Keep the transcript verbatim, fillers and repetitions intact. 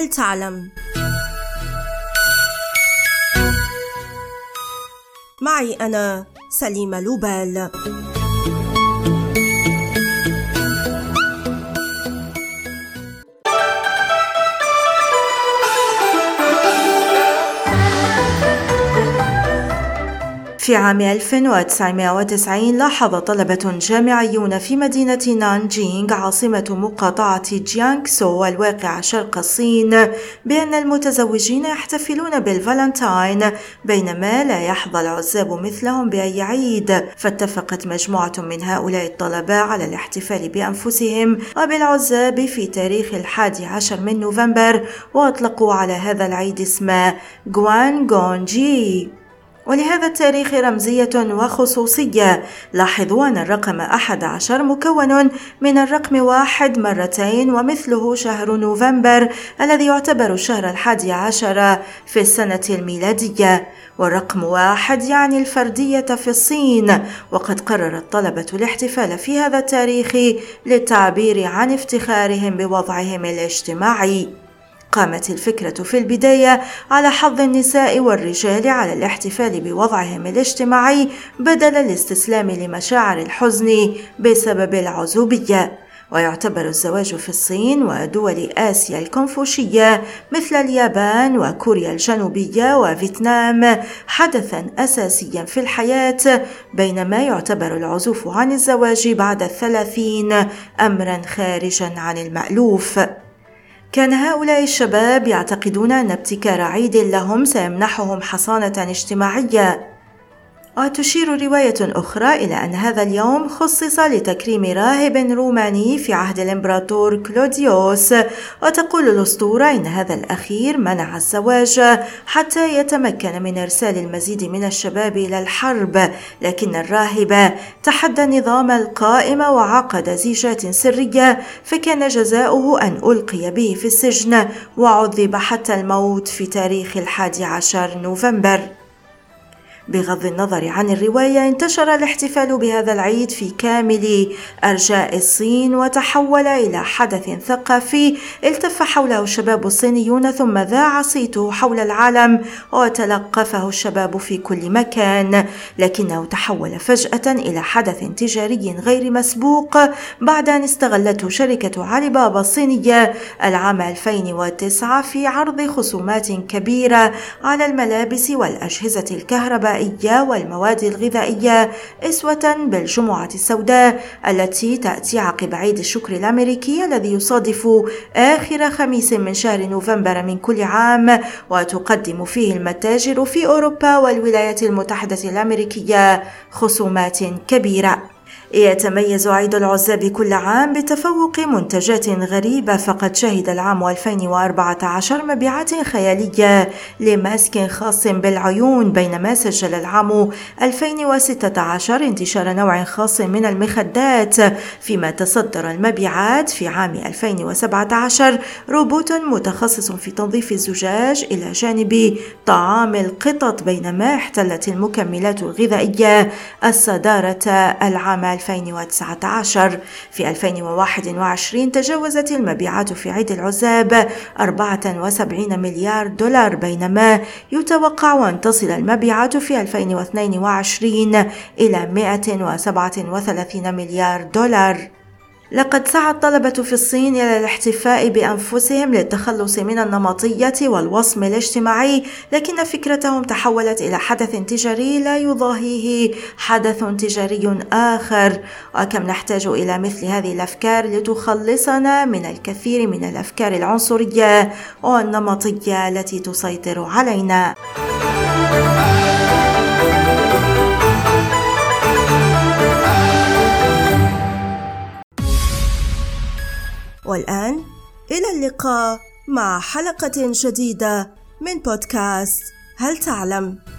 هل تعلم؟ معي أنا سليمة لوبال. في عام ألف وتسعمائة وتسعين لاحظ طلبة جامعيون في مدينة نانجينغ عاصمة مقاطعة جيانغسو الواقعة شرق الصين بأن المتزوجين يحتفلون بالفالنتاين بينما لا يحظى العزاب مثلهم بأي عيد، فاتفقت مجموعة من هؤلاء الطلبة على الاحتفال بأنفسهم وبالعزاب في تاريخ الحادي عشر من نوفمبر، وأطلقوا على هذا العيد اسم غوانغونجي. ولهذا التاريخ رمزية وخصوصية. لاحظوا أن الرقم أحد عشر مكون من الرقم واحد مرتين ومثله شهر نوفمبر الذي يعتبر الشهر الحادي عشر في السنة الميلادية، والرقم واحد يعني الفردية في الصين. وقد قرر الطلبة الاحتفال في هذا التاريخ للتعبير عن افتخارهم بوضعهم الاجتماعي. قامت الفكرة في البداية على حظ النساء والرجال على الاحتفال بوضعهم الاجتماعي بدل الاستسلام لمشاعر الحزن بسبب العزوبية. ويعتبر الزواج في الصين ودول آسيا الكونفوشية مثل اليابان وكوريا الجنوبية وفيتنام حدثا أساسيا في الحياة، بينما يعتبر العزوف عن الزواج بعد الثلاثين أمرا خارجا عن المألوف. كان هؤلاء الشباب يعتقدون أن ابتكار عيد لهم سيمنحهم حصانة اجتماعية. وتشير رواية أخرى إلى أن هذا اليوم خصص لتكريم راهب روماني في عهد الإمبراطور كلوديوس، وتقول الأسطورة إن هذا الأخير منع الزواج حتى يتمكن من إرسال المزيد من الشباب إلى الحرب، لكن الراهب تحدى النظام القائم وعقد زيجات سرية، فكان جزاؤه أن ألقي به في السجن وعذب حتى الموت في تاريخ الحادي عشر نوفمبر. بغض النظر عن الرواية، انتشر الاحتفال بهذا العيد في كامل أرجاء الصين وتحول إلى حدث ثقافي التف حوله الشباب الصينيون، ثم ذاع صيته حول العالم وتلقفه الشباب في كل مكان، لكنه تحول فجأة إلى حدث تجاري غير مسبوق بعد أن استغلته شركة علي بابا الصينية العام ألفين وتسعة في عرض خصومات كبيرة على الملابس والأجهزة الكهربائية والمواد الغذائية أسوة بالجمعة السوداء التي تأتي عقب عيد الشكر الأمريكي الذي يصادف آخر خميس من شهر نوفمبر من كل عام، وتقدم فيه المتاجر في أوروبا والولايات المتحدة الأمريكية خصومات كبيرة. يتميز عيد العزاب كل عام بتفوق منتجات غريبة، فقد شهد العام ألفين وأربعة عشر مبيعات خيالية لماسك خاص بالعيون، بينما سجل العام ألفين وستة عشر انتشار نوع خاص من المخدات، فيما تصدر المبيعات في عام ألفين وسبعة عشر روبوت متخصص في تنظيف الزجاج إلى جانب طعام القطط، بينما احتلت المكملات الغذائية الصدارة العام ألفين وتسعة عشر. في ألفين وواحد وعشرين تجاوزت المبيعات في عيد العزاب أربعة وسبعين مليار دولار، بينما يتوقع أن تصل المبيعات في ألفين واثنين وعشرين إلى مئة وسبعة وثلاثين مليار دولار. لقد سعى الطلبة في الصين إلى الاحتفاء بأنفسهم للتخلص من النمطية والوصم الاجتماعي، لكن فكرتهم تحولت إلى حدث تجاري لا يضاهيه حدث تجاري آخر. وكم نحتاج إلى مثل هذه الأفكار لتخلصنا من الكثير من الأفكار العنصرية والنمطية التي تسيطر علينا. والآن إلى اللقاء مع حلقة جديدة من بودكاست هل تعلم؟